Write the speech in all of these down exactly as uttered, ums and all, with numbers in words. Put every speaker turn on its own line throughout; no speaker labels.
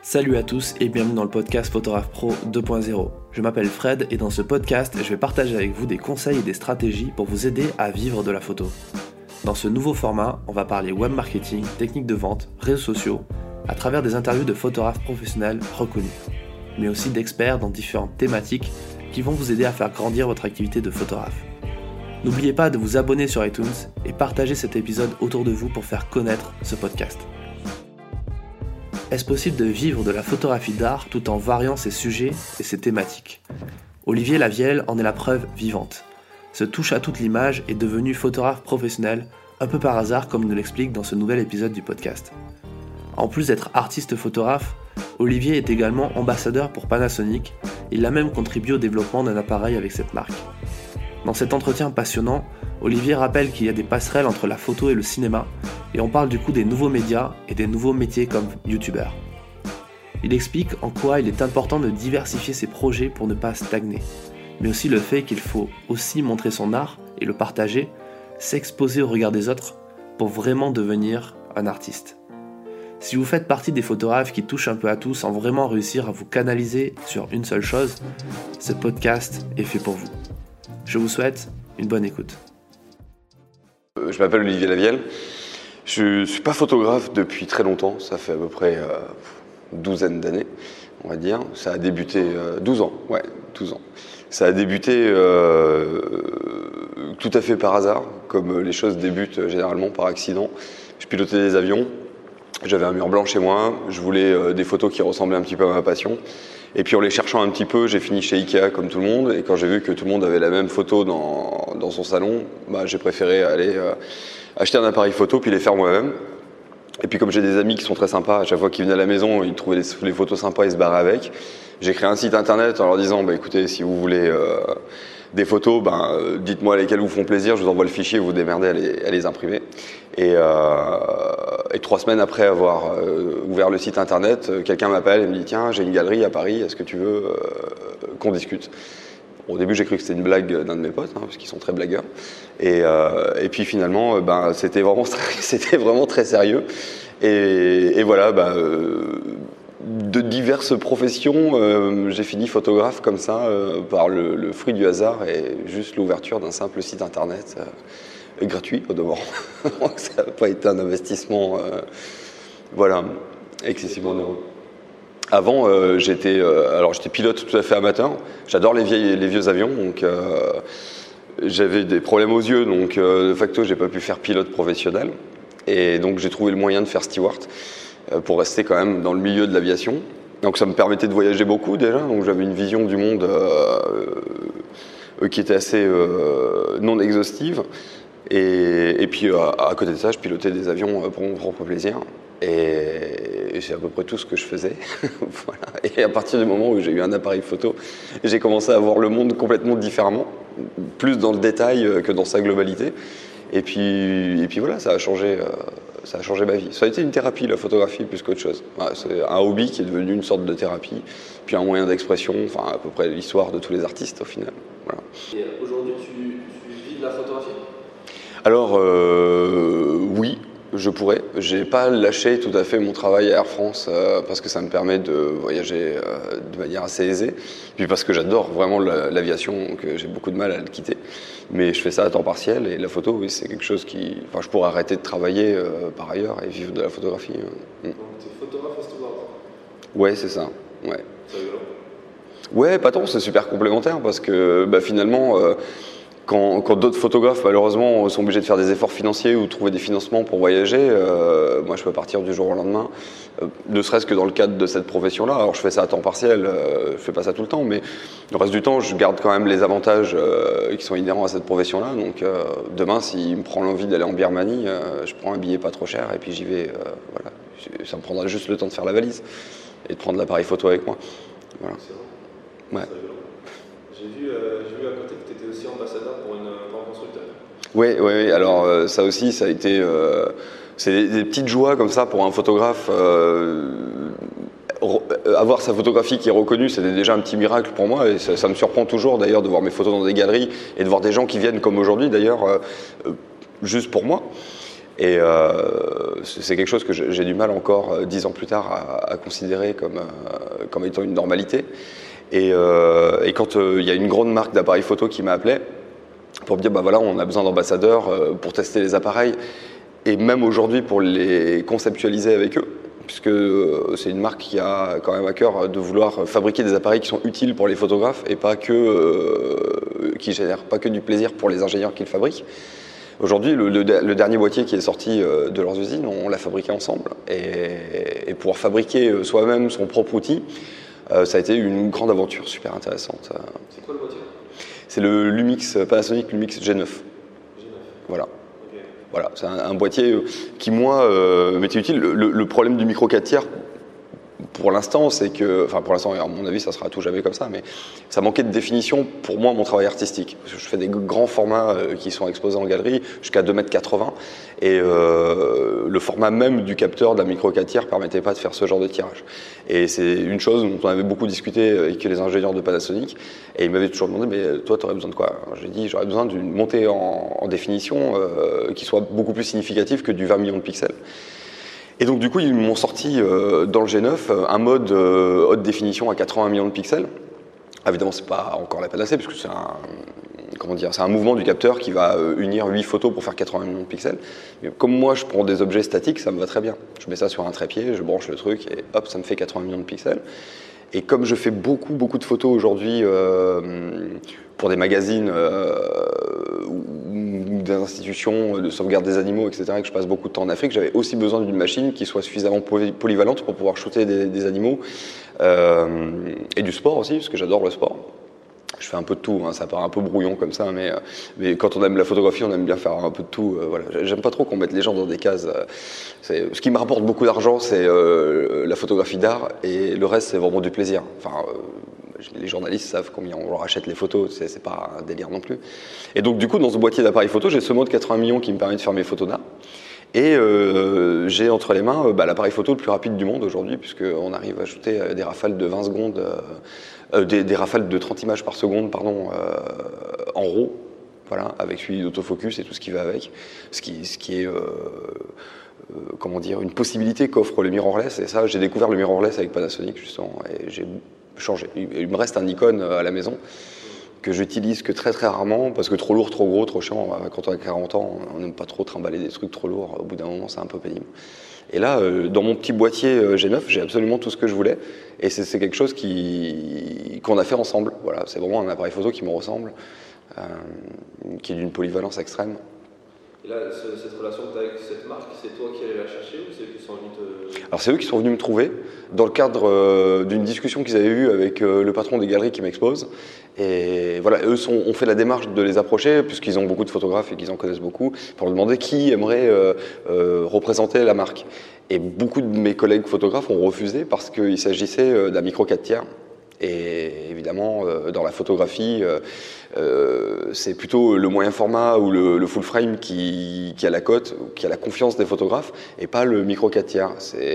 Salut à tous et bienvenue dans le podcast Photographe Pro deux point zéro. Je m'appelle Fred et dans ce podcast, je vais partager avec vous des conseils et des stratégies pour vous aider à vivre de la photo. Dans ce nouveau format, on va parler web marketing, techniques de vente, réseaux sociaux, à travers des interviews de photographes professionnels reconnus, mais aussi d'experts dans différentes thématiques qui vont vous aider à faire grandir votre activité de photographe. N'oubliez pas de vous abonner sur iTunes et partager cet épisode autour de vous pour faire connaître ce podcast. Est-ce possible de vivre de la photographie d'art tout en variant ses sujets et ses thématiques ? Olivier Lavielle en est la preuve vivante. Ce touche-à-toute l'image est devenu photographe professionnel, un peu par hasard comme il nous l'explique dans ce nouvel épisode du podcast. En plus d'être artiste photographe, Olivier est également ambassadeur pour Panasonic, il a même contribué au développement d'un appareil avec cette marque. Dans cet entretien passionnant, Olivier rappelle qu'il y a des passerelles entre la photo et le cinéma, et on parle du coup des nouveaux médias et des nouveaux métiers comme youtubeur. Il explique en quoi il est important de diversifier ses projets pour ne pas stagner, mais aussi le fait qu'il faut aussi montrer son art et le partager, s'exposer au regard des autres pour vraiment devenir un artiste. Si vous faites partie des photographes qui touchent un peu à tout sans vraiment réussir à vous canaliser sur une seule chose, ce podcast est fait pour vous. Je vous souhaite une bonne écoute.
Je m'appelle Olivier Lavielle. Je ne suis pas photographe depuis très longtemps, ça fait à peu près euh, une douzaine d'années, on va dire. Ça a débuté, euh, douze ans, ouais, douze ans. Ça a débuté euh, tout à fait par hasard, comme les choses débutent généralement par accident. Je pilotais des avions, j'avais un mur blanc chez moi, je voulais euh, des photos qui ressemblaient un petit peu à ma passion. Et puis en les cherchant un petit peu, j'ai fini chez Ikea comme tout le monde. Et quand j'ai vu que tout le monde avait la même photo dans, dans son salon, bah, j'ai préféré aller euh, acheter un appareil photo puis les faire moi-même. Et puis comme j'ai des amis qui sont très sympas, à chaque fois qu'ils venaient à la maison, ils trouvaient les, les photos sympas et se barraient avec. J'ai créé un site internet en leur disant, bah, écoutez, si vous voulez euh, des photos, bah, euh, dites-moi lesquelles vous font plaisir, je vous envoie le fichier, vous vous démerdez à les, à les imprimer. Et, euh, et trois semaines après avoir euh, ouvert le site internet, euh, quelqu'un m'appelle et me dit, tiens, j'ai une galerie à Paris, est-ce que tu veux euh, qu'on discute ? Au début, j'ai cru que c'était une blague d'un de mes potes, hein, parce qu'ils sont très blagueurs. Et, euh, et puis finalement, euh, ben, c'était vraiment, c'était vraiment très sérieux. Et, et voilà, ben, euh, de diverses professions, euh, j'ai fini photographe comme ça, euh, par le, le fruit du hasard et juste l'ouverture d'un simple site internet euh, gratuit au demeurant. Ça n'a pas été un investissement, euh, voilà, excessivement heureux. Avant, euh, j'étais, euh, alors j'étais pilote tout à fait amateur. J'adore les, vieilles, les vieux avions, donc euh, j'avais des problèmes aux yeux, donc euh, de facto, j'ai pas pu faire pilote professionnel. Et donc j'ai trouvé le moyen de faire steward euh, pour rester quand même dans le milieu de l'aviation. Donc ça me permettait de voyager beaucoup déjà, donc j'avais une vision du monde euh, euh, qui était assez euh, non exhaustive. Et, et puis euh, à côté de ça, je pilotais des avions pour mon propre plaisir. Et, et c'est à peu près tout ce que je faisais. Voilà. Et à partir du moment où j'ai eu un appareil photo, j'ai commencé à voir le monde complètement différemment, plus dans le détail que dans sa globalité. Et puis, et puis voilà, ça a changé, euh, ça a changé ma vie. Ça a été une thérapie, la photographie, plus qu'autre chose. Voilà, c'est un hobby qui est devenu une sorte de thérapie, puis un moyen d'expression, enfin à peu près l'histoire de tous les artistes au final. Voilà.
Et aujourd'hui, tu, tu vis de la photographie ?
Alors, euh, oui. Je pourrais. J'ai pas lâché tout à fait mon travail à Air France euh, parce que ça me permet de voyager euh, de manière assez aisée. Puis parce que j'adore vraiment l'aviation, donc j'ai beaucoup de mal à le quitter. Mais je fais ça à temps partiel et la photo, oui, c'est quelque chose qui. Enfin, je pourrais arrêter de travailler euh, par ailleurs et vivre de la photographie.
Euh. Donc, tu es photographe et steward ?
Ouais, c'est ça. Ouais.
C'est rigolo ?
Ouais, pas tant. C'est super complémentaire parce que bah, finalement. Euh, Quand, quand d'autres photographes, malheureusement, sont obligés de faire des efforts financiers ou de trouver des financements pour voyager, euh, moi, je peux partir du jour au lendemain, euh, ne serait-ce que dans le cadre de cette profession-là. Alors, je fais ça à temps partiel, euh, je fais pas ça tout le temps, mais le reste du temps, je garde quand même les avantages euh, qui sont inhérents à cette profession-là. Donc, euh, demain, s'il me prend l'envie d'aller en Birmanie, euh, je prends un billet pas trop cher et puis j'y vais. Euh, voilà. Ça me prendra juste le temps de faire la valise et de prendre l'appareil photo avec moi. Voilà. Ouais.
J'ai vu, euh, j'ai vu à côté que tu étais aussi ambassadeur pour, une, pour un constructeur.
Oui, oui, oui. Alors euh, ça aussi, ça a été, euh, c'est des, des petites joies comme ça pour un photographe. Euh, avoir sa photographie qui est reconnue, c'était déjà un petit miracle pour moi. Et ça, ça me surprend toujours d'ailleurs de voir mes photos dans des galeries et de voir des gens qui viennent comme aujourd'hui d'ailleurs, euh, juste pour moi. Et euh, c'est quelque chose que j'ai du mal encore, dix ans plus tard, à, à considérer comme, euh, comme étant une normalité. Et, euh, et quand il euh, y a une grande marque d'appareils photo qui m'a appelé pour me dire, bah voilà, on a besoin d'ambassadeurs euh, pour tester les appareils, et même aujourd'hui pour les conceptualiser avec eux, puisque euh, c'est une marque qui a quand même à cœur de vouloir fabriquer des appareils qui sont utiles pour les photographes et pas que, euh, qui génèrent pas que du plaisir pour les ingénieurs qui le fabriquent. Aujourd'hui, le, le, le dernier boîtier qui est sorti euh, de leurs usines, on l'a fabriqué ensemble. Et, et pouvoir fabriquer soi-même son propre outil, euh, ça a été une grande aventure super intéressante.
C'est quoi le boîtier?
C'est le Lumix, Panasonic Lumix G neuf.
G neuf.
Voilà. Voilà, c'est un, un boîtier qui, moi, euh, m'était utile. Le, le problème du micro quatre tiers, pour l'instant, c'est que, enfin pour l'instant, à mon avis, ça sera tout jamais comme ça, mais ça manquait de définition pour moi, mon travail artistique. Parce que je fais des grands formats euh, qui sont exposés en galerie, jusqu'à deux mètres quatre-vingts, et euh, le format même du capteur d'un micro quatre tiers ne permettait pas de faire ce genre de tirage. Et c'est une chose dont on avait beaucoup discuté avec les ingénieurs de Panasonic, et ils m'avaient toujours demandé, mais toi, tu aurais besoin de quoi? J'ai dit, j'aurais besoin d'une montée en, en définition euh, qui soit beaucoup plus significative que du vingt millions de pixels. Et donc du coup, ils m'ont sorti euh, dans le G neuf un mode euh, haute définition à quatre-vingts millions de pixels. Évidemment, c'est pas encore la panacée, parce que c'est un, comment dire, c'est un mouvement du capteur qui va euh, unir huit photos pour faire quatre-vingts millions de pixels. Mais comme moi, je prends des objets statiques, ça me va très bien. Je mets ça sur un trépied, je branche le truc et hop, ça me fait quatre-vingts millions de pixels. Et comme je fais beaucoup, beaucoup de photos aujourd'hui euh, pour des magazines euh, ou des institutions de sauvegarde des animaux, et cetera, et que je passe beaucoup de temps en Afrique, j'avais aussi besoin d'une machine qui soit suffisamment poly polyvalente pour pouvoir shooter des, des animaux euh, et du sport aussi, parce que j'adore le sport. Je fais un peu de tout, hein, ça paraît un peu brouillon comme ça, mais, mais quand on aime la photographie, on aime bien faire un peu de tout. Euh, voilà. J'aime pas trop qu'on mette les gens dans des cases. Euh, ce qui me rapporte beaucoup d'argent, c'est euh, la photographie d'art, et le reste, c'est vraiment du plaisir. Enfin, euh, les journalistes savent combien on leur achète les photos, c'est pas un délire non plus. Et donc du coup, dans ce boîtier d'appareil photo, j'ai ce mode quatre-vingts millions qui me permet de faire mes photos d'art. Et euh, j'ai entre les mains euh, bah, l'appareil photo le plus rapide du monde aujourd'hui, puisqu'on arrive à shooter euh, des rafales de vingt secondes, euh, euh, des, des rafales de trente images par seconde, pardon, euh, en RAW, voilà, avec suivi d'autofocus et tout ce qui va avec, ce qui, ce qui est, euh, euh, comment dire, une possibilité qu'offre le mirrorless. Et ça, j'ai découvert le mirrorless avec Panasonic justement, et j'ai changé. Il me reste un Nikon à la maison que j'utilise que très très rarement, parce que trop lourd, trop gros, trop chiant. Quand on a quarante ans, on n'aime pas trop trimballer des trucs trop lourds. Au bout d'un moment, c'est un peu pénible. Et là, euh, dans mon petit boîtier G neuf, j'ai absolument tout ce que je voulais. Et c'est quelque chose qui qu'on a fait ensemble. Voilà, c'est vraiment un appareil photo qui me ressemble, euh, qui est d'une polyvalence extrême.
Et là, cette relation que tu as avec cette marque, c'est toi qui allais la chercher ou c'est eux qui sont venus te...
Alors c'est eux qui sont venus me trouver dans le cadre euh, d'une discussion qu'ils avaient eue avec euh, le patron des galeries qui m'expose. Et voilà, eux sont, ont fait la démarche de les approcher, puisqu'ils ont beaucoup de photographes et qu'ils en connaissent beaucoup, pour leur demander qui aimerait euh, euh, représenter la marque. Et beaucoup de mes collègues photographes ont refusé parce qu'il s'agissait d'un micro quatre tiers. Et évidemment, euh, dans la photographie, euh, euh, c'est plutôt le moyen format ou le, le full frame qui, qui a la cote, qui a la confiance des photographes, et pas le micro quatre tiers.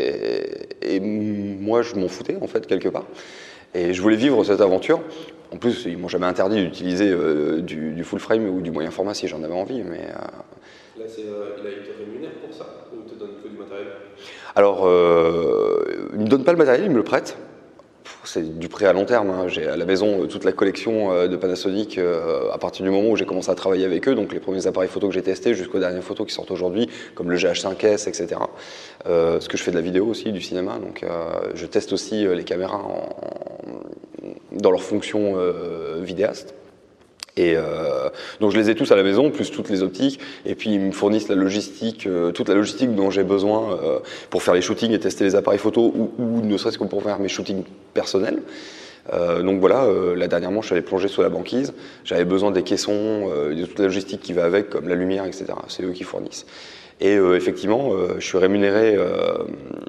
Et moi, je m'en foutais, en fait, quelque part. Et je voulais vivre cette aventure. En plus, ils m'ont jamais interdit d'utiliser euh, du, du full frame ou du moyen format si j'en avais envie. Mais, euh...
Là, euh, là, ils te rémunèrent pour ça, ou ils te donnent que du matériel?
Alors, euh, ils ne me donnent pas le matériel, ils me le prêtent. C'est du prêt à long terme, hein. J'ai à la maison toute la collection de Panasonic euh, à partir du moment où j'ai commencé à travailler avec eux, donc les premiers appareils photo que j'ai testés jusqu'aux dernières photos qui sortent aujourd'hui, comme le G H cinq S, et cetera. Euh, parce que je fais de la vidéo aussi, du cinéma, donc euh, je teste aussi les caméras en, en, dans leur fonction euh, vidéaste. Et euh, donc je les ai tous à la maison, plus toutes les optiques, et puis ils me fournissent la logistique, euh, toute la logistique dont j'ai besoin euh, pour faire les shootings et tester les appareils photo, ou, ou ne serait-ce que pour faire mes shootings personnels. Euh, donc voilà, euh, là dernièrement je suis allé plonger sous la banquise, j'avais besoin des caissons, euh, de toute la logistique qui va avec, comme la lumière, et cetera. C'est eux qui fournissent. Et euh, effectivement, euh, je suis rémunéré euh,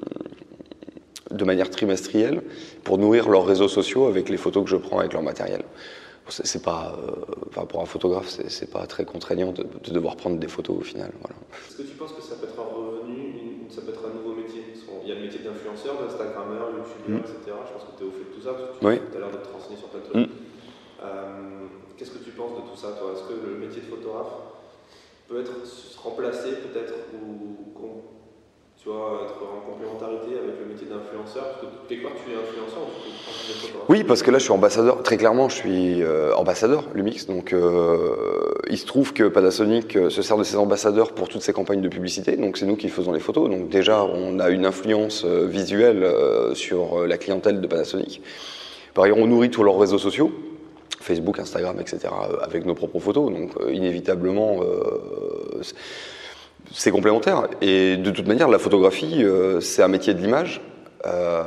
de manière trimestrielle pour nourrir leurs réseaux sociaux avec les photos que je prends avec leur matériel. C'est pas, euh, enfin pour un photographe, c'est pas très contraignant de, de devoir prendre des photos au final. Voilà.
Est-ce que tu penses que ça peut être un revenu, une, ça peut être un nouveau métier? Il y a le métier d'influenceur, d'Instagrammeur, youtubeur, mmh. et cetera. Je pense que tu es au fait de tout ça, parce que tu
oui.
as l'air d'être renseigné sur plein de trucs. Mmh. Euh, Qu'est-ce que tu penses de tout ça, toi? Est-ce que le métier de photographe peut être remplacé peut-être ou tu vois, être en complémentarité avec le métier d'influenceur, parce que quelque part tu es influenceur ou tu es photographe?
Oui, parce que là je suis ambassadeur, très clairement je suis euh, ambassadeur Lumix, donc euh, il se trouve que Panasonic euh, se sert de ses ambassadeurs pour toutes ses campagnes de publicité, donc c'est nous qui faisons les photos, donc déjà on a une influence euh, visuelle euh, sur la clientèle de Panasonic. Par ailleurs on nourrit tous leurs réseaux sociaux, Facebook, Instagram, et cetera, avec nos propres photos, donc euh, inévitablement euh, c'est complémentaire. Et de toute manière, la photographie, euh, c'est un métier de l'image. Euh,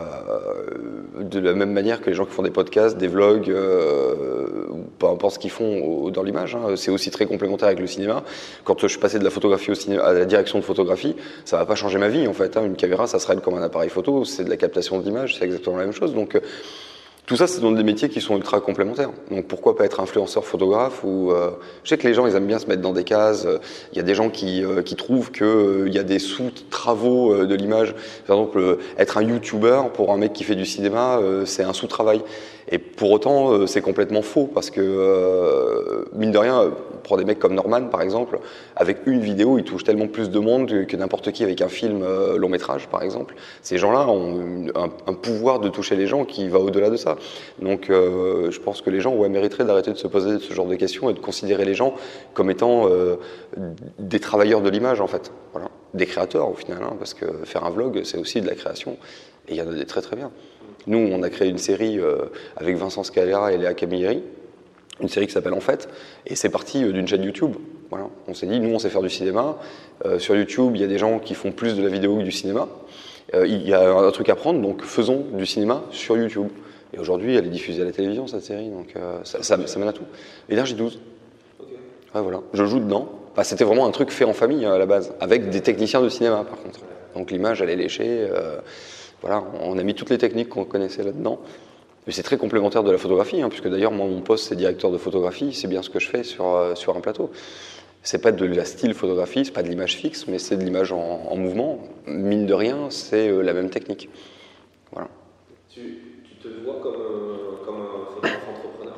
de la même manière que les gens qui font des podcasts, des vlogs, euh, ou peu importe ce qu'ils font au, dans l'image, hein, c'est aussi très complémentaire avec le cinéma. Quand je suis passé de la photographie au cinéma, à la direction de photographie, ça va pas changer ma vie en fait. Hein. Une caméra, ça serait comme un appareil photo, c'est de la captation d'image, c'est exactement la même chose. Donc euh, tout ça, c'est dans des métiers qui sont ultra complémentaires. Donc pourquoi pas être influenceur photographe ou euh, je sais que les gens, ils aiment bien se mettre dans des cases. Il y a des gens qui, euh, qui trouvent qu'il euh, y a des sous-travaux euh, de l'image. Par exemple, euh, être un YouTuber pour un mec qui fait du cinéma, euh, c'est un sous-travail. Et pour autant, euh, c'est complètement faux parce que, euh, mine de rien, on prend des mecs comme Norman, par exemple, avec une vidéo, il touche tellement plus de monde que, que n'importe qui avec un film euh, long métrage, par exemple. Ces gens-là ont un, un pouvoir de toucher les gens qui va au-delà de ça. Donc, euh, je pense que les gens ouais, mériteraient d'arrêter de se poser ce genre de questions et de considérer les gens comme étant euh, des travailleurs de l'image, en fait. Voilà. Des créateurs, au final, hein, parce que faire un vlog, c'est aussi de la création. Et il y en a des très très bien. Nous, on a créé une série euh, avec Vincent Scalera et Léa Camilleri, une série qui s'appelle En fait, et c'est parti euh, d'une chaîne YouTube. Voilà. On s'est dit, nous, on sait faire du cinéma. Euh, sur YouTube, il y a des gens qui font plus de la vidéo que du cinéma. Euh, il y a un truc à prendre, donc faisons du cinéma sur YouTube. Et aujourd'hui, elle est diffusée à la télévision, cette série, donc euh, ça, ça, ça mène à tout. Énergie douze. Okay. Ouais, voilà. Je joue dedans. Enfin, c'était vraiment un truc fait en famille à la base, avec des techniciens de cinéma, par contre. Donc l'image, elle est léchée. Euh, Voilà, on a mis toutes les techniques qu'on connaissait là-dedans. Mais c'est très complémentaire de la photographie, hein, puisque d'ailleurs, moi, mon poste, c'est directeur de photographie. C'est bien ce que je fais sur, euh, sur un plateau. C'est pas de la style photographie, c'est pas de l'image fixe, mais c'est de l'image en, en mouvement. Mine de rien, c'est euh, la même technique. Voilà.
Tu, tu te vois comme, euh, comme un photographe entrepreneur?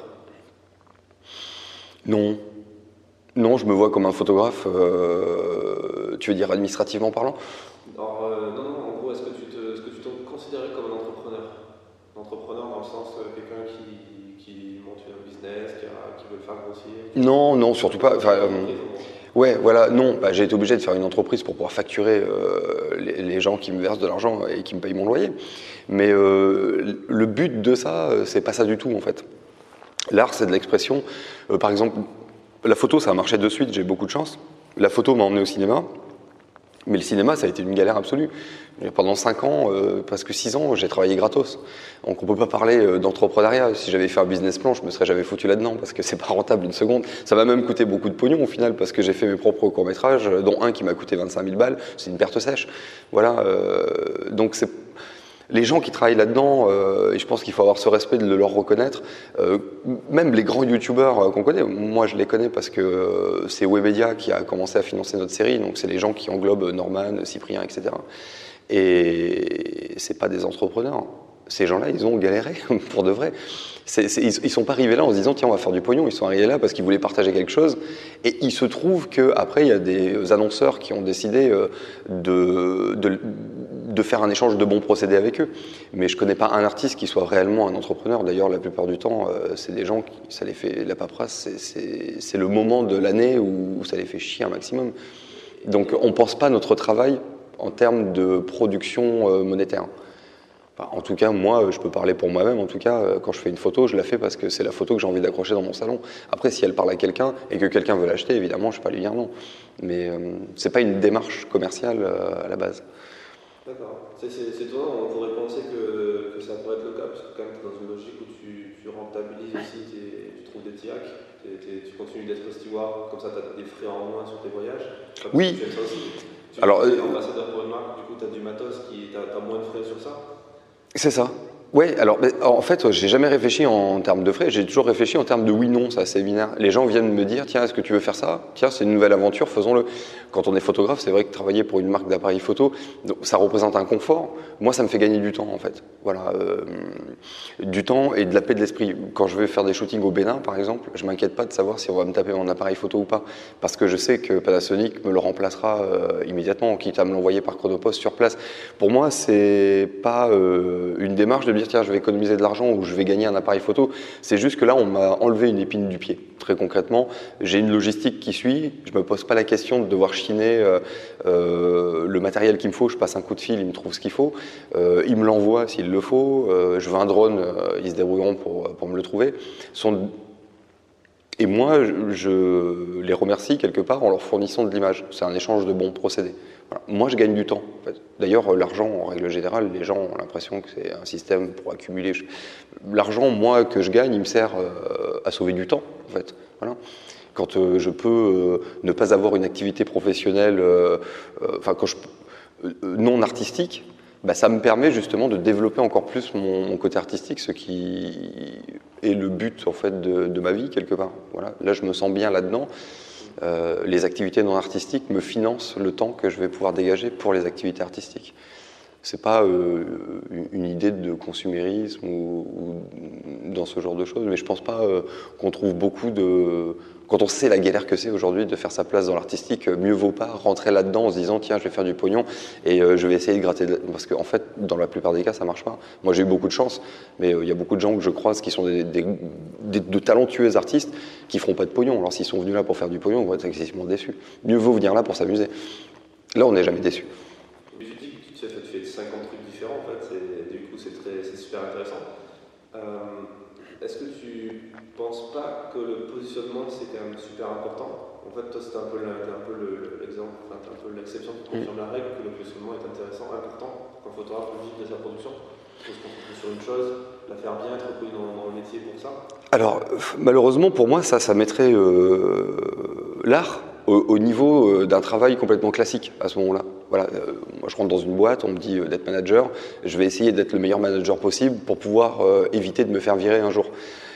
Non. Non, je me vois comme un photographe, euh, tu veux dire administrativement parlant?
Alors, euh, non, non, en gros, est-ce que tu te, est-ce que tu te considérais comme un entrepreneur? Un entrepreneur dans le sens euh, quelqu'un qui, qui monte un business, qui, a, qui veut le faire grossir?
Non, non, surtout pas. Enfin, euh, ouais, voilà, non. Bah, j'ai été obligé de faire une entreprise pour pouvoir facturer euh, les, les gens qui me versent de l'argent et qui me payent mon loyer. Mais euh, le but de ça, c'est pas ça du tout, en fait. L'art, c'est de l'expression. Euh, par exemple, la photo, ça a marché de suite, j'ai beaucoup de chance. La photo m'a emmené au cinéma. Mais le cinéma, ça a été une galère absolue. Pendant cinq ans, euh, presque six ans, j'ai travaillé gratos. Donc on ne peut pas parler euh, d'entrepreneuriat. Si j'avais fait un business plan, je me serais jamais foutu là-dedans parce que c'est pas rentable une seconde. Ça m'a même coûté beaucoup de pognon au final parce que j'ai fait mes propres courts-métrages, dont un qui m'a coûté vingt-cinq mille balles. C'est une perte sèche. Voilà. Euh, donc c'est... Les gens qui travaillent là-dedans, euh, et je pense qu'il faut avoir ce respect de leur reconnaître, euh, même les grands youtubeurs euh, qu'on connaît, moi je les connais parce que euh, c'est Webedia qui a commencé à financer notre série, donc c'est les gens qui englobent Norman, Cyprien, et cetera. Et c'est pas des entrepreneurs. Ces gens-là, ils ont galéré pour de vrai. C'est, c'est, ils, ils sont pas arrivés là en se disant tiens on va faire du pognon. Ils sont arrivés là parce qu'ils voulaient partager quelque chose. Et il se trouve qu'après il y a des annonceurs qui ont décidé euh, de, de de faire un échange de bons procédés avec eux. Mais je connais pas un artiste qui soit réellement un entrepreneur. D'ailleurs, la plupart du temps, euh, c'est des gens qui, ça les fait, la paperasse, c'est, c'est, c'est le moment de l'année où, où ça les fait chier un maximum. Donc, on pense pas notre travail en termes de production euh, monétaire. Enfin, en tout cas, moi, je peux parler pour moi-même. En tout cas, quand je fais une photo, je la fais parce que c'est la photo que j'ai envie d'accrocher dans mon salon. Après, si elle parle à quelqu'un et que quelqu'un veut l'acheter, évidemment, je ne vais pas lui dire non. Mais euh, c'est pas une démarche commerciale euh, à la base.
D'accord. C'est, c'est, c'est étonnant, on pourrait penser que, que ça pourrait être le cas, parce que quand même tu es dans une logique où tu, tu rentabilises aussi, tes, tu trouves des tiacs, tu continues d'être steward, comme ça tu as des frais en moins sur tes voyages. Comme
oui.
Tu fais ça aussi. Tu
Alors,
es
euh,
ambassadeur pour une marque, du coup tu as du matos, qui, tu as moins de frais sur ça.
C'est ça. Ouais, alors mais, en fait, j'ai jamais réfléchi en termes de frais, j'ai toujours réfléchi en termes de oui-non, ça c'est binaire. Les gens viennent me dire, tiens, est-ce que tu veux faire ça? Tiens, c'est une nouvelle aventure, faisons-le. Quand on est photographe, c'est vrai que travailler pour une marque d'appareils photo, ça représente un confort. Moi, ça me fait gagner du temps, en fait. Voilà, euh, du temps et de la paix de l'esprit. Quand je vais faire des shootings au Bénin, par exemple, je m'inquiète pas de savoir si on va me taper mon appareil photo ou pas, parce que je sais que Panasonic me le remplacera euh, immédiatement, quitte à me l'envoyer par Chronopost sur place. Pour moi, c'est pas euh, une démarche de dire tiens, je vais économiser de l'argent ou je vais gagner un appareil photo. C'est juste que là, on m'a enlevé une épine du pied. Très concrètement, j'ai une logistique qui suit. Je me pose pas la question de devoir chiner euh, euh, le matériel qu'il me faut. Je passe un coup de fil, il me trouve ce qu'il faut. Euh, il me l'envoie s'il le faut. Euh, je veux un drone, euh, ils se débrouilleront pour, pour me le trouver. Sont... Et moi, je les remercie quelque part en leur fournissant de l'image. C'est un échange de bons procédés. Voilà. Moi, je gagne du temps. En fait. D'ailleurs, l'argent, en règle générale, les gens ont l'impression que c'est un système pour accumuler. L'argent, moi, que je gagne, il me sert euh, à sauver du temps, en fait. Voilà. Quand euh, je peux euh, ne pas avoir une activité professionnelle, euh, euh, enfin, quand je, euh, non artistique, bah, ça me permet justement de développer encore plus mon, mon côté artistique, ce qui est le but en fait de, de ma vie quelque part. Voilà. Là, je me sens bien là-dedans. Euh, les activités non artistiques me financent le temps que je vais pouvoir dégager pour les activités artistiques. C'est pas euh, une idée de consumérisme ou, ou dans ce genre de choses, mais je pense pas euh, qu'on trouve beaucoup de... Quand on sait la galère que c'est aujourd'hui de faire sa place dans l'artistique, mieux vaut pas rentrer là-dedans en se disant tiens, je vais faire du pognon et euh, je vais essayer de gratter. De... Parce qu'en fait, dans la plupart des cas, ça marche pas. Moi, j'ai eu beaucoup de chance, mais il euh, y a beaucoup de gens que je croise qui sont des, des, des, de talentueux artistes qui feront pas de pognon. Alors, s'ils sont venus là pour faire du pognon, ils vont être excessivement déçus. Mieux vaut venir là pour s'amuser. Là, on n'est jamais déçu.
Mais tu dis que tu fais cinquante trucs différents, en fait, du coup, c'est super intéressant. Euh, Est-ce que tu penses pas que le positionnement c'est quand même super important? En fait, toi c'était un peu l'exemple, enfin, un peu l'exception qui confirme la règle, que le positionnement est intéressant, important, qu'un photographe peut vivre de sa production. Il faut se concentrer sur une chose, la faire bien, être reconnu dans, dans le métier pour ça.
Alors, malheureusement pour moi, ça, ça mettrait euh, l'art au, au niveau d'un travail complètement classique à ce moment-là. Voilà, euh, moi je rentre dans une boîte, on me dit euh, d'être manager, je vais essayer d'être le meilleur manager possible pour pouvoir euh, éviter de me faire virer un jour.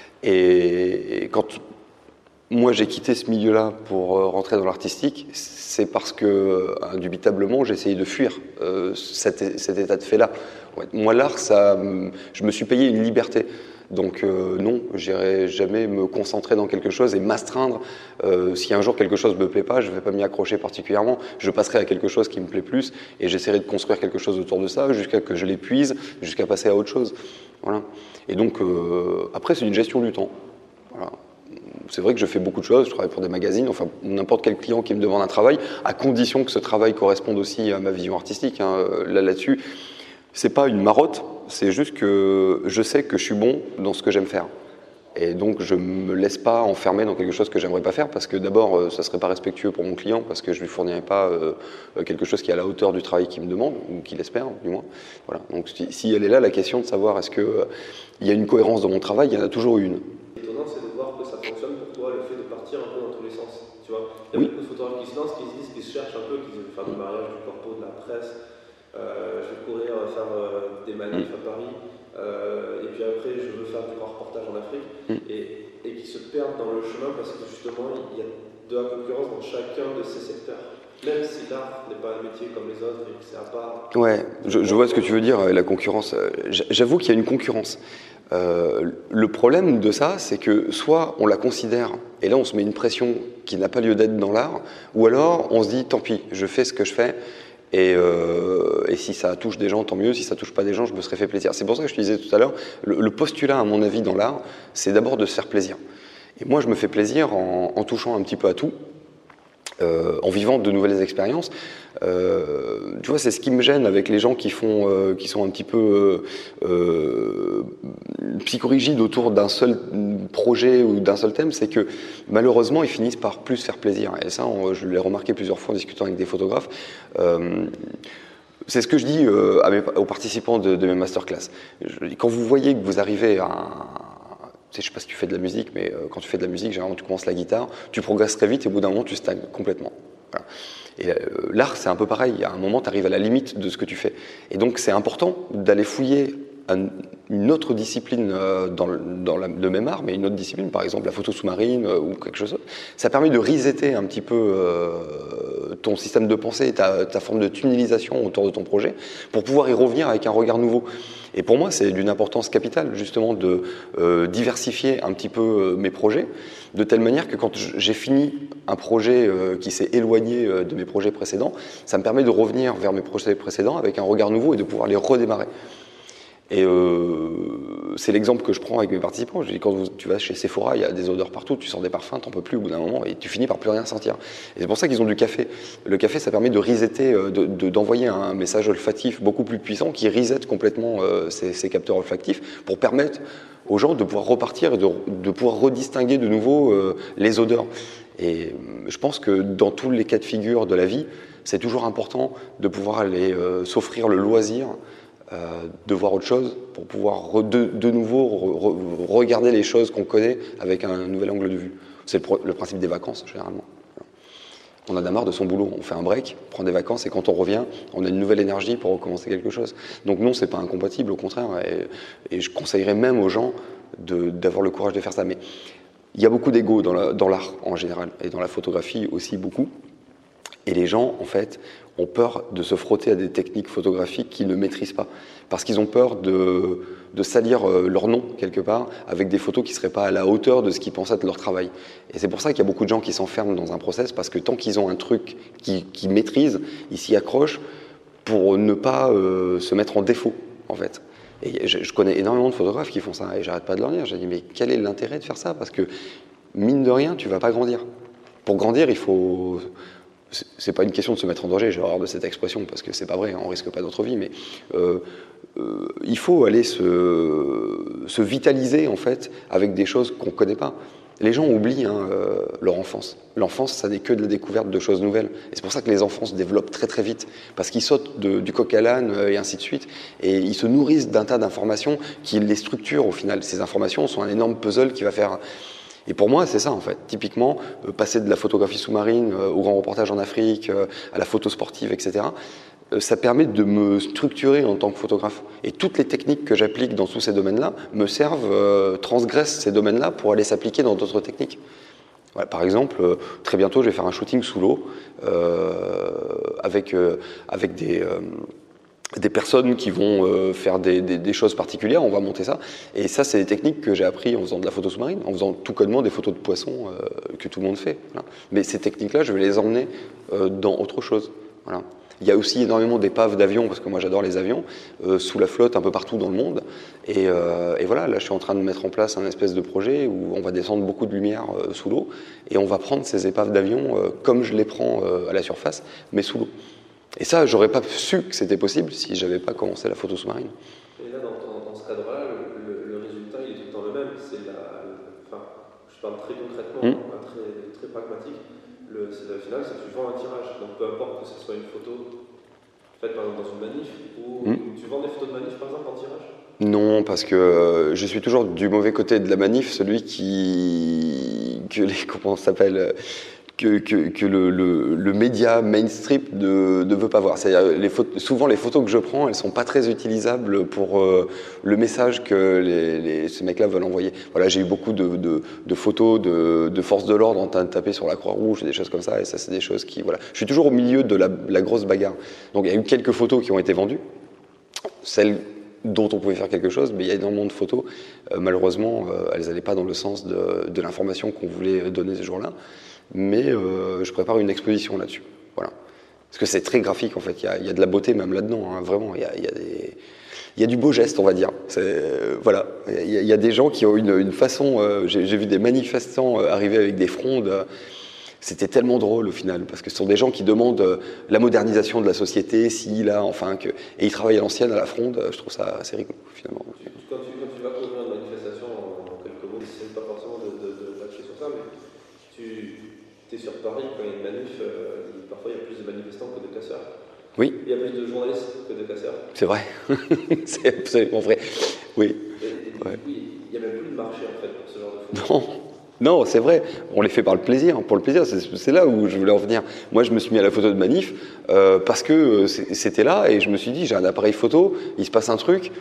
Et, et quand moi j'ai quitté ce milieu-là pour euh, rentrer dans l'artistique, c'est parce que, euh, indubitablement, j'ai essayé de fuir euh, cet, cet état de fait-là. Ouais, moi l'art, ça, je me suis payé une liberté. Donc euh, non, j'irai jamais me concentrer dans quelque chose et m'astreindre. Euh, si un jour quelque chose ne me plaît pas, je ne vais pas m'y accrocher particulièrement. Je passerai à quelque chose qui me plaît plus et j'essaierai de construire quelque chose autour de ça jusqu'à que je l'épuise, jusqu'à passer à autre chose. Voilà. Et donc euh, après, c'est une gestion du temps. Voilà. C'est vrai que je fais beaucoup de choses, je travaille pour des magazines, enfin n'importe quel client qui me demande un travail, à condition que ce travail corresponde aussi à ma vision artistique. Hein. Là, là-dessus, c'est pas une marotte, c'est juste que je sais que je suis bon dans ce que j'aime faire. Et donc je me laisse pas enfermer dans quelque chose que j'aimerais pas faire, parce que d'abord ça serait pas respectueux pour mon client, parce que je lui fournirais pas euh, quelque chose qui est à la hauteur du travail qu'il me demande, ou qu'il espère du moins. Voilà. Donc si, si elle est là, la question de savoir est-ce que euh, il y a une cohérence dans mon travail, il y en a toujours une.
L'étonnant, c'est de voir que ça fonctionne pour toi, le fait de partir un peu dans tous les sens. Tu vois, il y a
Oui.
beaucoup de photographes qui se lancent, qui se disent, qui se cherchent un peu, qui veulent faire du mariage, du corpo, de la presse. Euh, je vais courir faire euh, des manifs à Paris, euh, et puis après je veux faire du grand reportage en Afrique, mm. et, et qui se perdent dans le chemin parce que justement il y a de la concurrence dans chacun de ces secteurs. Même si l'art n'est pas un métier comme les autres et que c'est à part.
Ouais, je, je vois ce que tu veux dire, la concurrence. J'avoue qu'il y a une concurrence. Euh, le problème de ça, c'est que soit on la considère, et là on se met une pression qui n'a pas lieu d'être dans l'art, ou alors on se dit tant pis, je fais ce que je fais. Et, euh, et si ça touche des gens, tant mieux. Si ça touche pas des gens, je me serais fait plaisir. C'est pour ça que je te disais tout à l'heure, le, le postulat, à mon avis, dans l'art, c'est d'abord de se faire plaisir. Et moi, je me fais plaisir en, en touchant un petit peu à tout, euh, en vivant de nouvelles expériences. Euh, tu vois, c'est ce qui me gêne avec les gens qui font, euh, qui sont un petit peu euh, euh, psychorigides autour d'un seul projet ou d'un seul thème, c'est que malheureusement ils finissent par plus faire plaisir. Et ça, on, je l'ai remarqué plusieurs fois en discutant avec des photographes. Euh, c'est ce que je dis euh, à mes, aux participants de, de mes masterclass. Je, quand vous voyez que vous arrivez à je ne sais pas si tu fais de la musique, mais euh, quand tu fais de la musique, généralement tu commences la guitare, tu progresses très vite et au bout d'un moment tu stagnes complètement. Voilà. Et euh, l'art, c'est un peu pareil. À un moment, tu arrives à la limite de ce que tu fais. Et donc, c'est important d'aller fouiller un, une autre discipline euh, dans, le, dans la, le même art, mais une autre discipline, par exemple la photo sous-marine euh, ou quelque chose. Ça permet de resetter un petit peu euh, ton système de pensée, ta, ta forme de tunnelisation autour de ton projet, pour pouvoir y revenir avec un regard nouveau. Et pour moi, c'est d'une importance capitale, justement, de euh, diversifier un petit peu euh, mes projets, de telle manière que quand j'ai fini un projet euh, qui s'est éloigné euh, de mes projets précédents, ça me permet de revenir vers mes projets précédents avec un regard nouveau et de pouvoir les redémarrer. Et euh, c'est l'exemple que je prends avec mes participants. Je dis, quand vous, tu vas chez Sephora, il y a des odeurs partout, tu sens des parfums, t'en peux plus au bout d'un moment et tu finis par plus rien sentir. Et c'est pour ça qu'ils ont du café. Le café, ça permet de resetter, de, de, d'envoyer un message olfactif beaucoup plus puissant qui reset complètement euh, ces, ces capteurs olfactifs pour permettre aux gens de pouvoir repartir et de, de pouvoir redistinguer de nouveau euh, les odeurs. Et je pense que dans tous les cas de figure de la vie, c'est toujours important de pouvoir aller euh, s'offrir le loisir Euh, de voir autre chose pour pouvoir re, de, de nouveau re, re, regarder les choses qu'on connaît avec un nouvel angle de vue. C'est le, pro, le principe des vacances, généralement. On en a marre de son boulot, on fait un break, on prend des vacances et quand on revient, on a une nouvelle énergie pour recommencer quelque chose. Donc non, c'est pas incompatible, au contraire. Et, et je conseillerais même aux gens de, d'avoir le courage de faire ça. Mais il y a beaucoup d'ego dans, la, dans l'art en général et dans la photographie aussi beaucoup. Et les gens, en fait, ont peur de se frotter à des techniques photographiques qu'ils ne maîtrisent pas. Parce qu'ils ont peur de, de salir leur nom, quelque part, avec des photos qui ne seraient pas à la hauteur de ce qu'ils pensent être leur travail. Et c'est pour ça qu'il y a beaucoup de gens qui s'enferment dans un process, parce que tant qu'ils ont un truc qu'ils, qu'ils maîtrisent, ils s'y accrochent pour ne pas euh, se mettre en défaut, en fait. Et je, je connais énormément de photographes qui font ça, et j'arrête pas de leur dire. J'ai dit, mais quel est l'intérêt de faire ça? Parce que, mine de rien, tu ne vas pas grandir. Pour grandir, il faut... C'est pas une question de se mettre en danger, j'ai horreur de cette expression parce que c'est pas vrai, on risque pas notre vie, mais euh, euh, il faut aller se, se vitaliser en fait avec des choses qu'on connaît pas. Les gens oublient hein, euh, leur enfance. L'enfance, ça n'est que de la découverte de choses nouvelles. Et c'est pour ça que les enfants se développent très très vite, parce qu'ils sautent de, du coq à l'âne euh, et ainsi de suite, et ils se nourrissent d'un tas d'informations qui les structurent au final. Ces informations sont un énorme puzzle qui va faire... Et pour moi, c'est ça en fait. Typiquement, euh, passer de la photographie sous-marine euh, au grand reportage en Afrique, euh, à la photo sportive, et cetera, euh, ça permet de me structurer en tant que photographe. Et toutes les techniques que j'applique dans tous ces domaines-là me servent, euh, transgressent ces domaines-là pour aller s'appliquer dans d'autres techniques. Voilà, par exemple, euh, très bientôt, je vais faire un shooting sous l'eau euh, avec, euh, avec des... Euh, des personnes qui vont euh, faire des, des, des choses particulières, on va monter ça. Et ça, c'est des techniques que j'ai appris en faisant de la photo sous-marine, en faisant tout connement des photos de poissons euh, que tout le monde fait. Voilà. Mais ces techniques-là, je vais les emmener euh, dans autre chose. Voilà. Il y a aussi énormément d'épaves d'avions, parce que moi j'adore les avions, euh, sous la flotte un peu partout dans le monde. Et, euh, et voilà, là je suis en train de mettre en place un espèce de projet où on va descendre beaucoup de lumière euh, sous l'eau, et on va prendre ces épaves d'avions euh, comme je les prends euh, à la surface, mais sous l'eau. Et ça, j'aurais pas su que c'était possible si j'avais pas commencé la photo sous-marine.
Et là, dans, dans, dans ce cadre-là, le, le, le résultat, il est tout le temps le même. C'est la, le, enfin, je parle très concrètement, mmh. hein, très, très pragmatique. Le, c'est, le final, c'est que tu vends un tirage. Donc, peu importe que ce soit une photo faite par exemple dans une manif, ou mmh. tu vends des photos de manif par exemple en tirage?
Non, parce que euh, je suis toujours du mauvais côté de la manif, celui qui, que les, comment ça s'appelle, que, que, que le, le, le média mainstream ne, ne veut pas voir. C'est-à-dire, les photos, souvent, les photos que je prends, elles ne sont pas très utilisables pour euh, le message que les, les, ces mecs-là veulent envoyer. Voilà, j'ai eu beaucoup de, de, de photos de, de forces de l'ordre en train de taper sur la Croix-Rouge et des choses comme ça, et ça, c'est des choses qui... Voilà. Je suis toujours au milieu de la, la grosse bagarre. Donc, il y a eu quelques photos qui ont été vendues. Celles dont on pouvait faire quelque chose, mais il y a énormément de photos. Euh, malheureusement, euh, elles n'allaient pas dans le sens de, de l'information qu'on voulait donner ce jour-là. Mais euh, je prépare une exposition là-dessus. Voilà. Parce que c'est très graphique, en fait. Il y a, il y a de la beauté même là-dedans, hein, vraiment. Il y a, il y a des... Il y a du beau geste, on va dire. C'est, euh, voilà. Il y, a, il y a des gens qui ont une, une façon... Euh, j'ai, j'ai vu des manifestants euh, arriver avec des frondes. Euh, C'était tellement drôle au final, parce que ce sont des gens qui demandent euh, la modernisation de la société, si, là, enfin, que... et ils travaillent à l'ancienne, à la fronde. Je trouve ça assez rigolo, finalement.
Quand tu, quand tu vas couvrir une manifestation, en quelques mots, c'est pas forcément de, de, de lâcher sur ça, mais tu es sur Paris, quand il y a une manif, euh, parfois il y a plus de manifestants que de casseurs.
Oui.
Il y a plus de journalistes que de casseurs.
C'est vrai. C'est absolument vrai. Oui.
Et, et du
ouais.
coup, il n'y a même plus de marché, en fait, pour ce genre de
Non.
photos.
Non, c'est vrai, on les fait par le plaisir, pour le plaisir, c'est, c'est là où je voulais en venir. Moi, je me suis mis à la photo de manif euh, parce que c'était là et je me suis dit, j'ai un appareil photo, il se passe un truc,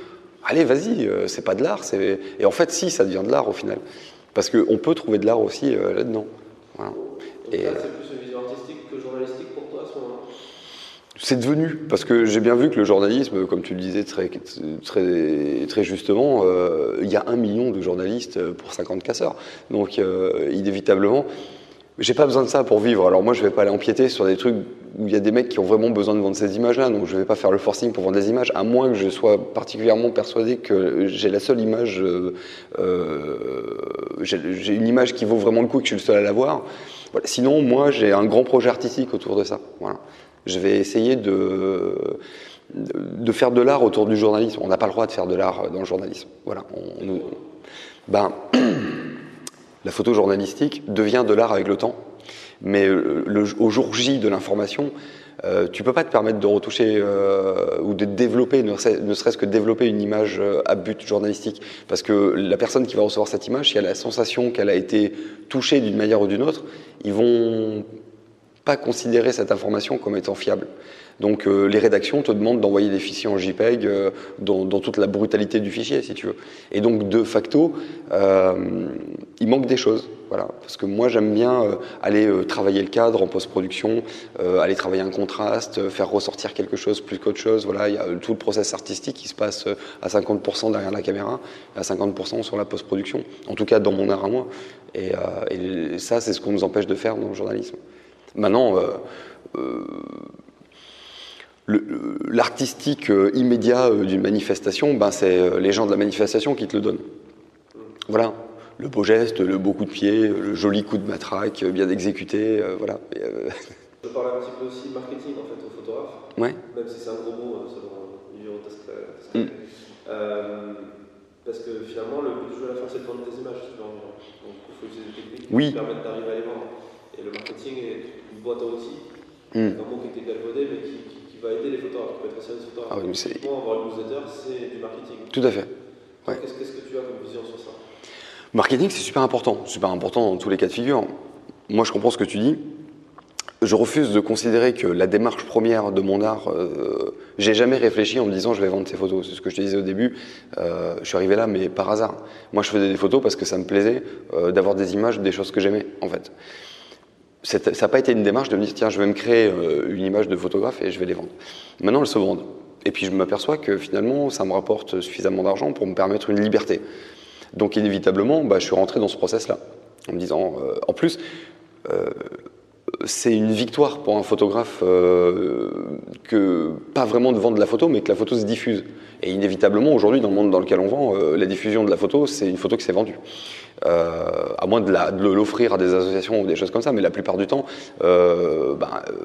allez, vas-y, euh, c'est pas de l'art. Et en fait, si, ça devient de l'art au final. Parce qu'on peut trouver de l'art aussi euh, là-dedans. Voilà.
Donc et là, c'est plus une vision artistique que journalistique pour toi à ce moment-là?
C'est devenu, parce que j'ai bien vu que le journalisme, comme tu le disais très, très, très justement, euh, il y a un million de journalistes pour cinquante casseurs. Donc, euh, inévitablement, j'ai pas besoin de ça pour vivre. Alors moi, je vais pas aller empiéter sur des trucs où il y a des mecs qui ont vraiment besoin de vendre ces images-là. Donc, je vais pas faire le forcing pour vendre des images, à moins que je sois particulièrement persuadé que j'ai la seule image, euh, euh, j'ai une image qui vaut vraiment le coup et que je suis le seul à l'avoir. Voilà. Sinon, moi, j'ai un grand projet artistique autour de ça. Voilà. Je vais essayer de, de, de faire de l'art autour du journalisme. On n'a pas le droit de faire de l'art dans le journalisme. Voilà. On, nous, ben, la photo journalistique devient de l'art avec le temps, mais le, au jour J de l'information, euh, tu ne peux pas te permettre de retoucher euh, ou de développer, ne serait-ce que développer une image à but journalistique. Parce que la personne qui va recevoir cette image, si elle a la sensation qu'elle a été touchée d'une manière ou d'une autre, ils vont pas considérer cette information comme étant fiable. Donc euh, les rédactions te demandent d'envoyer des fichiers en JPEG euh, dans, dans toute la brutalité du fichier, si tu veux. Et donc de facto, euh, il manque des choses. Voilà. Parce que moi j'aime bien euh, aller euh, travailler le cadre en post-production, euh, aller travailler un contraste, euh, faire ressortir quelque chose plus qu'autre chose. Voilà, il y a tout le process artistique qui se passe euh, à cinquante pour cent derrière la caméra, à cinquante pour cent sur la post-production. En tout cas dans mon art à moi. Et, euh, et ça, c'est ce qu'on nous empêche de faire dans le journalisme. Maintenant, euh, euh, l'artistique euh, immédiat euh, d'une manifestation, ben, c'est euh, les gens de la manifestation qui te le donnent. Voilà, le beau geste, le beau coup de pied, le joli coup de matraque, bien exécuté, euh, voilà. Et, euh...
Je parle un petit peu aussi marketing en fait aux photographes,
ouais.
Même si c'est un gros mot selon Livio Tascalette.
Mm.
Euh, parce que finalement, le but du jeu à la fin, c'est de vendre des images. Donc il faut utiliser des techniques
oui.
qui permettent d'arriver à les vendre. Et le marketing est une boîte à outils,
mm.
un mot qui était galvaudé, mais qui, qui, qui va aider les photographes, qui peut être aussi des photographes.
Ah oui, mais
Typiquement, avoir une newsletter, c'est du marketing.
Tout à fait. Ouais.
Qu'est-ce que tu as comme vision sur ça?
Marketing, c'est super important, super important dans tous les cas de figure. Moi, je comprends ce que tu dis. Je refuse de considérer que la démarche première de mon art, euh, j'ai jamais réfléchi en me disant je vais vendre ces photos. C'est ce que je te disais au début. Euh, je suis arrivé là, mais par hasard. Moi, je faisais des photos parce que ça me plaisait euh, d'avoir des images des choses que j'aimais, en fait. Ça n'a pas été une démarche de me dire tiens, je vais me créer euh, une image de photographe et je vais les vendre. Maintenant, elles se vendent. Et puis, je m'aperçois que finalement, ça me rapporte suffisamment d'argent pour me permettre une liberté. Donc, inévitablement, bah, je suis rentré dans ce process-là, en me disant, euh, en plus, euh, c'est une victoire pour un photographe euh, que, pas vraiment de vendre la photo, mais que la photo se diffuse. Et inévitablement, aujourd'hui, dans le monde dans lequel on vend, euh, la diffusion de la photo, c'est une photo qui s'est vendue. Euh, à moins de, la, de l'offrir à des associations ou des choses comme ça, mais la plupart du temps, euh, bah, euh,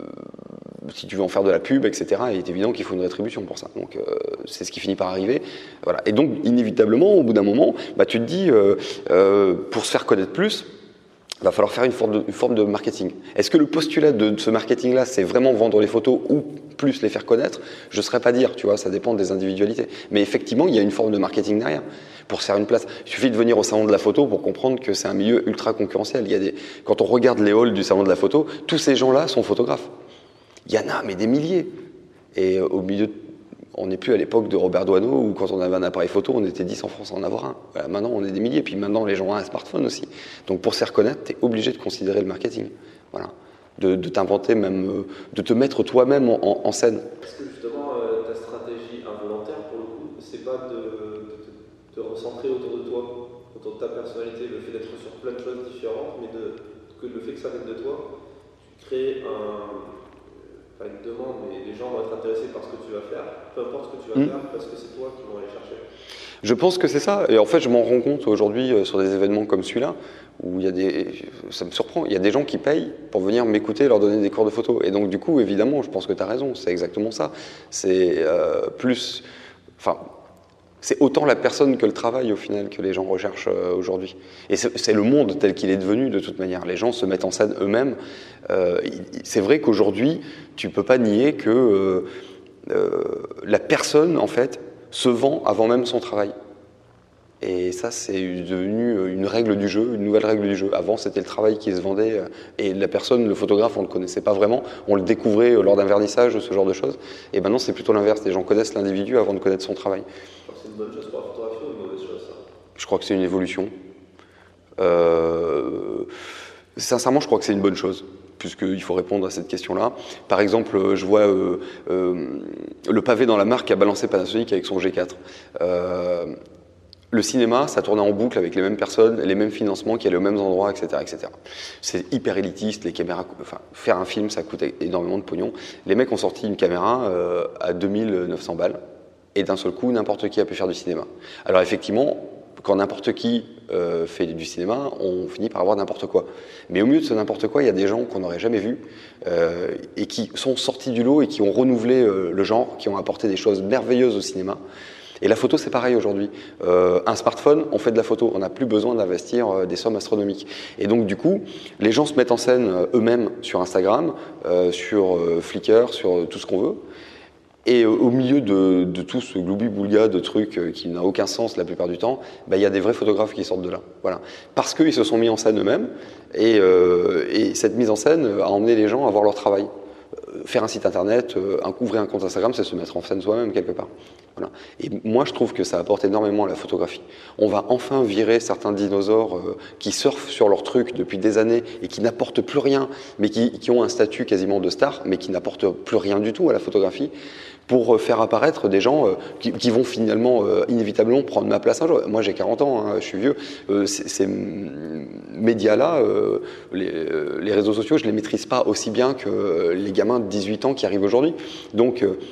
si tu veux en faire de la pub, et cetera, il est évident qu'il faut une rétribution pour ça. Donc, euh, c'est ce qui finit par arriver. Voilà. Et donc, inévitablement, au bout d'un moment, bah, tu te dis, euh, euh, pour se faire connaître plus, il va falloir faire une forme de, une forme de marketing. Est-ce que le postulat de, de ce marketing-là, c'est vraiment vendre les photos ou plus les faire connaître? Je ne saurais pas dire, tu vois, ça dépend des individualités. Mais effectivement, il y a une forme de marketing derrière pour se faire une place. Il suffit de venir au salon de la photo pour comprendre que c'est un milieu ultra concurrentiel. Il y a des, quand on regarde les halls du salon de la photo, tous ces gens-là sont photographes. Il y en a, mais des milliers. Et au milieu, on n'est plus à l'époque de Robert Doisneau où quand on avait un appareil photo, on était dix en France à en avoir un. Voilà, maintenant, on est des milliers. Puis maintenant, les gens ont un smartphone aussi. Donc pour se faire connaître, tu es obligé de considérer le marketing. Voilà. De, de t'inventer même, de te mettre toi-même en, en, en scène.
Est-ce que justement, euh, ta stratégie involontaire, pour le coup, c'est pas de te recentrer autour de toi, autour de ta personnalité, le fait d'être sur plein de choses différentes, mais de, que le fait que ça vienne de toi, tu crées un... Pas une demande, mais les gens vont être intéressés par ce que tu vas faire, peu importe ce que tu vas mmh. faire, parce que c'est toi qui vont aller chercher.
Je pense que c'est ça, et en fait je m'en rends compte aujourd'hui euh, sur des événements comme celui-là, où il y a des, ça me surprend, il y a des gens qui payent pour venir m'écouter, leur donner des cours de photo, et donc du coup évidemment je pense que tu as raison, c'est exactement ça, c'est euh, plus, enfin, c'est autant la personne que le travail au final que les gens recherchent euh, aujourd'hui. Et c'est le monde tel qu'il est devenu de toute manière. Les gens se mettent en scène eux-mêmes. Euh, c'est vrai qu'aujourd'hui, tu ne peux pas nier que euh, euh, la personne, en fait, se vend avant même son travail. Et ça, c'est devenu une règle du jeu, une nouvelle règle du jeu. Avant, c'était le travail qui se vendait et la personne, le photographe, on ne le connaissait pas vraiment. On le découvrait lors d'un vernissage, ce genre de choses. Et maintenant, c'est plutôt l'inverse. Les gens connaissent l'individu avant de connaître son travail.
C'est une bonne chose pour la photographie ou une mauvaise chose, ça?
Je crois que c'est une évolution. Euh, sincèrement, je crois que c'est une bonne chose, puisqu'il faut répondre à cette question-là. Par exemple, je vois euh, euh, le pavé dans la mare qu'a balancé Panasonic avec son G quatre. Euh, le cinéma, ça tournait en boucle avec les mêmes personnes, les mêmes financements, qui allaient aux mêmes endroits, et cetera, et cetera. C'est hyper élitiste, les caméras, enfin, faire un film, ça coûte énormément de pognon. Les mecs ont sorti une caméra euh, à deux mille neuf cents balles, et d'un seul coup, n'importe qui a pu faire du cinéma. Alors effectivement, quand n'importe qui euh, fait du cinéma, on finit par avoir n'importe quoi. Mais au milieu de ce n'importe quoi, il y a des gens qu'on n'aurait jamais vus euh, et qui sont sortis du lot et qui ont renouvelé euh, le genre, qui ont apporté des choses merveilleuses au cinéma. Et la photo, c'est pareil aujourd'hui. Euh, un smartphone, on fait de la photo. On n'a plus besoin d'investir euh, des sommes astronomiques. Et donc, du coup, les gens se mettent en scène euh, eux-mêmes sur Instagram, euh, sur euh, Flickr, sur euh, tout ce qu'on veut. Et au milieu de, de tout ce gloubi-boulga de trucs qui n'a aucun sens la plupart du temps, bah, il y a des vrais photographes qui sortent de là. Voilà. Parce qu'ils se sont mis en scène eux-mêmes, et, euh, et cette mise en scène a emmené les gens à voir leur travail. Faire un site internet, un, ouvrir un compte Instagram, c'est se mettre en scène soi-même quelque part. Voilà. Et moi, je trouve que ça apporte énormément à la photographie. On va enfin virer certains dinosaures euh, qui surfent sur leurs trucs depuis des années et qui n'apportent plus rien, mais qui, qui ont un statut quasiment de star, mais qui n'apportent plus rien du tout à la photographie, pour faire apparaître des gens euh, qui, qui vont finalement euh, inévitablement prendre ma place un jour. Moi, j'ai quarante ans, hein, je suis vieux. Euh, ces, ces médias-là, euh, les, euh, les réseaux sociaux, je ne les maîtrise pas aussi bien que euh, les gamins de dix-huit ans qui arrivent aujourd'hui. Donc, euh,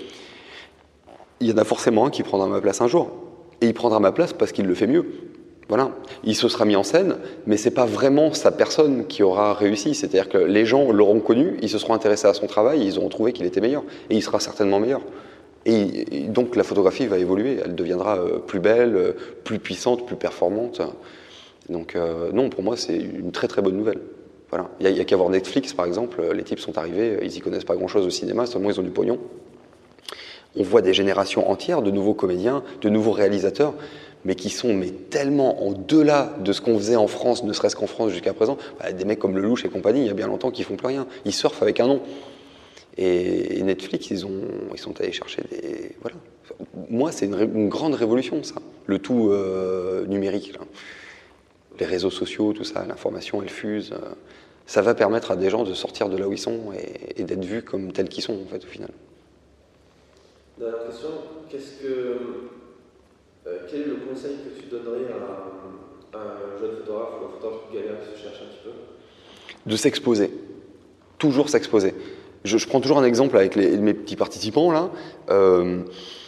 il y en a forcément un qui prendra ma place un jour. Et il prendra ma place parce qu'il le fait mieux. Voilà. Il se sera mis en scène, mais ce n'est pas vraiment sa personne qui aura réussi. C'est-à-dire que les gens l'auront connu, ils se seront intéressés à son travail, ils auront trouvé qu'il était meilleur. Et il sera certainement meilleur. Et, et donc la photographie va évoluer, elle deviendra euh, plus belle, euh, plus puissante, plus performante. Donc euh, non, pour moi, c'est une très très bonne nouvelle. Voilà. Il n'y a, a qu'à voir Netflix, par exemple. Les types sont arrivés, ils n'y connaissent pas grand-chose au cinéma, seulement ils ont du pognon. On voit des générations entières de nouveaux comédiens, de nouveaux réalisateurs, mais qui sont mais tellement en delà de ce qu'on faisait en France, ne serait-ce qu'en France jusqu'à présent. Bah, des mecs comme Lelouch et compagnie, il y a bien longtemps qu'ils font plus rien. Ils surfent avec un nom. Et, et Netflix, ils, ont, ils sont allés chercher des... Voilà. Moi, c'est une, ré, une grande révolution, ça. Le tout euh, numérique, là. Les réseaux sociaux, tout ça, l'information, elle fuse. Euh, ça va permettre à des gens de sortir de là où ils sont et, et d'être vus comme tels qu'ils sont, en fait, au final.
Dernière question, qu'est-ce que, euh, quel est le conseil que tu donnerais à, à un jeune photographe ou un photographe qui galère, qui se cherche un petit peu?
De s'exposer. Toujours s'exposer. Je, je prends toujours un exemple avec les, mes petits participants, là. Euh,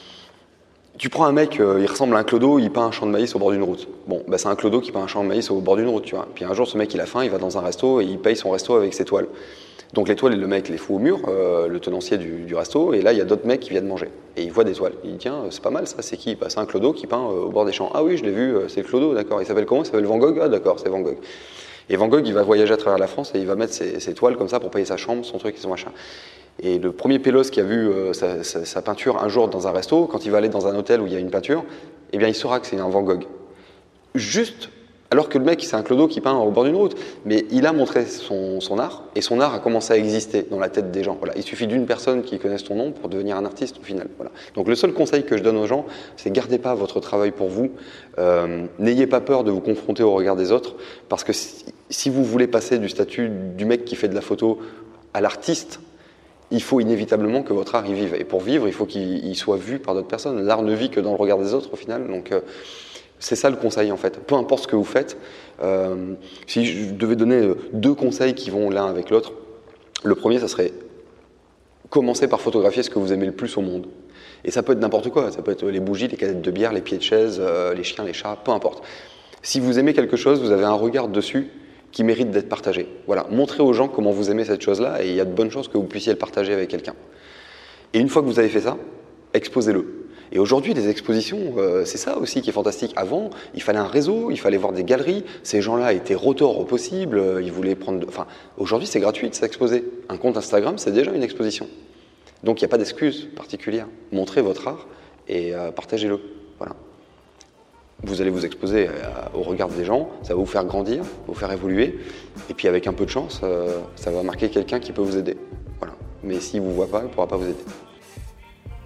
tu prends un mec, euh, il ressemble à un clodo, il peint un champ de maïs au bord d'une route. Bon, bah c'est un clodo qui peint un champ de maïs au bord d'une route, tu vois. Puis un jour, ce mec, il a faim, il va dans un resto et il paye son resto avec ses toiles. Donc les toiles, le mec les fout au mur, euh, le tenancier du, du resto, et là il y a d'autres mecs qui viennent manger. Et il voit des toiles. Il dit tiens, c'est pas mal ça, c'est qui? Bah, c'est un clodo qui peint euh, au bord des champs. Ah oui, je l'ai vu, euh, c'est le clodo, d'accord. Il s'appelle comment? Il s'appelle Van Gogh? Ah d'accord, c'est Van Gogh. Et Van Gogh, il va voyager à travers la France et il va mettre ses, ses toiles comme ça pour payer sa chambre, son truc et son machin. Et le premier pélos qui a vu euh, sa, sa, sa peinture un jour dans un resto, quand il va aller dans un hôtel où il y a une peinture, eh bien il saura que c'est un Van Gogh. Juste alors que le mec, c'est un clodo qui peint au bord d'une route. Mais il a montré son, son art, et son art a commencé à exister dans la tête des gens. Voilà. Il suffit d'une personne qui connaisse ton nom pour devenir un artiste au final. Voilà. Donc le seul conseil que je donne aux gens, c'est gardez pas votre travail pour vous. Euh, n'ayez pas peur de vous confronter au regard des autres, parce que si, si vous voulez passer du statut du mec qui fait de la photo à l'artiste, il faut inévitablement que votre art y vive. Et pour vivre, il faut qu'il soit vu par d'autres personnes. L'art ne vit que dans le regard des autres au final. Donc, euh, c'est ça le conseil en fait. Peu importe ce que vous faites, euh, si je devais donner deux conseils qui vont l'un avec l'autre, le premier, ça serait commencer par photographier ce que vous aimez le plus au monde. Et ça peut être n'importe quoi. Ça peut être les bougies, les canettes de bière, les pieds de chaise, euh, les chiens, les chats, peu importe. Si vous aimez quelque chose, vous avez un regard dessus qui mérite d'être partagé. Voilà, montrez aux gens comment vous aimez cette chose-là et il y a de bonnes chances que vous puissiez le partager avec quelqu'un. Et une fois que vous avez fait ça, exposez-le. Et aujourd'hui, les expositions, euh, c'est ça aussi qui est fantastique. Avant, il fallait un réseau, il fallait voir des galeries. Ces gens-là étaient rotors au possible, euh, ils voulaient prendre... De... Enfin, aujourd'hui, c'est gratuit de s'exposer. Un compte Instagram, c'est déjà une exposition. Donc, il n'y a pas d'excuse particulière. Montrez votre art et euh, partagez-le. Voilà. Vous allez vous exposer à, au regard des gens, ça va vous faire grandir, vous faire évoluer. Et puis, avec un peu de chance, euh, ça va marquer quelqu'un qui peut vous aider. Voilà. Mais s'il ne vous voit pas, il ne pourra pas vous aider.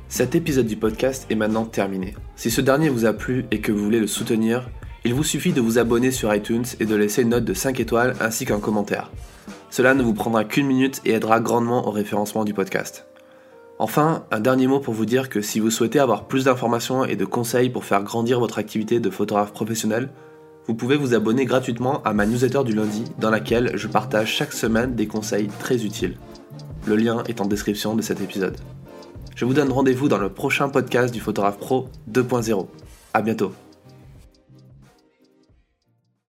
Cet épisode du podcast est maintenant terminé. Si ce dernier vous a plu et que vous voulez le soutenir, il vous suffit de vous abonner sur iTunes et de laisser une note de cinq étoiles ainsi qu'un commentaire. Cela ne vous prendra qu'une minute et aidera grandement au référencement du podcast. Enfin, un dernier mot pour vous dire que si vous souhaitez avoir plus d'informations et de conseils pour faire grandir votre activité de photographe professionnel, vous pouvez vous abonner gratuitement à ma newsletter du lundi dans laquelle je partage chaque semaine des conseils très utiles. Le lien est en description de cet épisode. Je vous donne rendez-vous dans le prochain podcast du Photographe Pro deux point zéro. À bientôt.